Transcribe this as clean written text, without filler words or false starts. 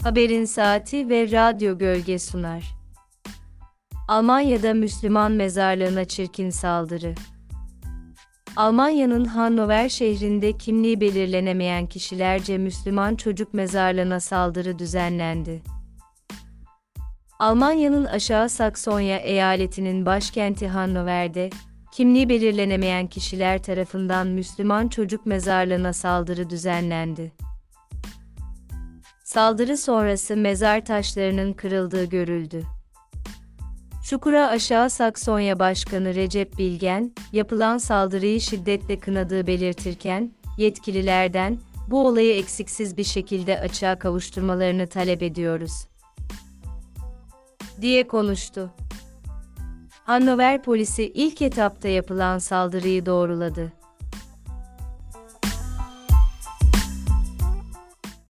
Haberin Saati ve Radyo Gölge sunar. Almanya'da Müslüman mezarlığına çirkin saldırı. Almanya'nın Hannover şehrinde kimliği belirlenemeyen kişilerce Müslüman çocuk mezarlığına saldırı düzenlendi. Almanya'nın Aşağı Saksonya eyaletinin başkenti Hannover'de, kimliği belirlenemeyen kişiler tarafından Müslüman çocuk mezarlığına saldırı düzenlendi. Saldırı sonrası mezar taşlarının kırıldığı görüldü. Çukura Aşağı Saksonya Başkanı Recep Bilgen, yapılan saldırıyı şiddetle kınadığı belirtirken, yetkililerden, bu olayı eksiksiz bir şekilde açığa kavuşturmalarını talep ediyoruz, diye konuştu. Hannover polisi ilk etapta yapılan saldırıyı doğruladı.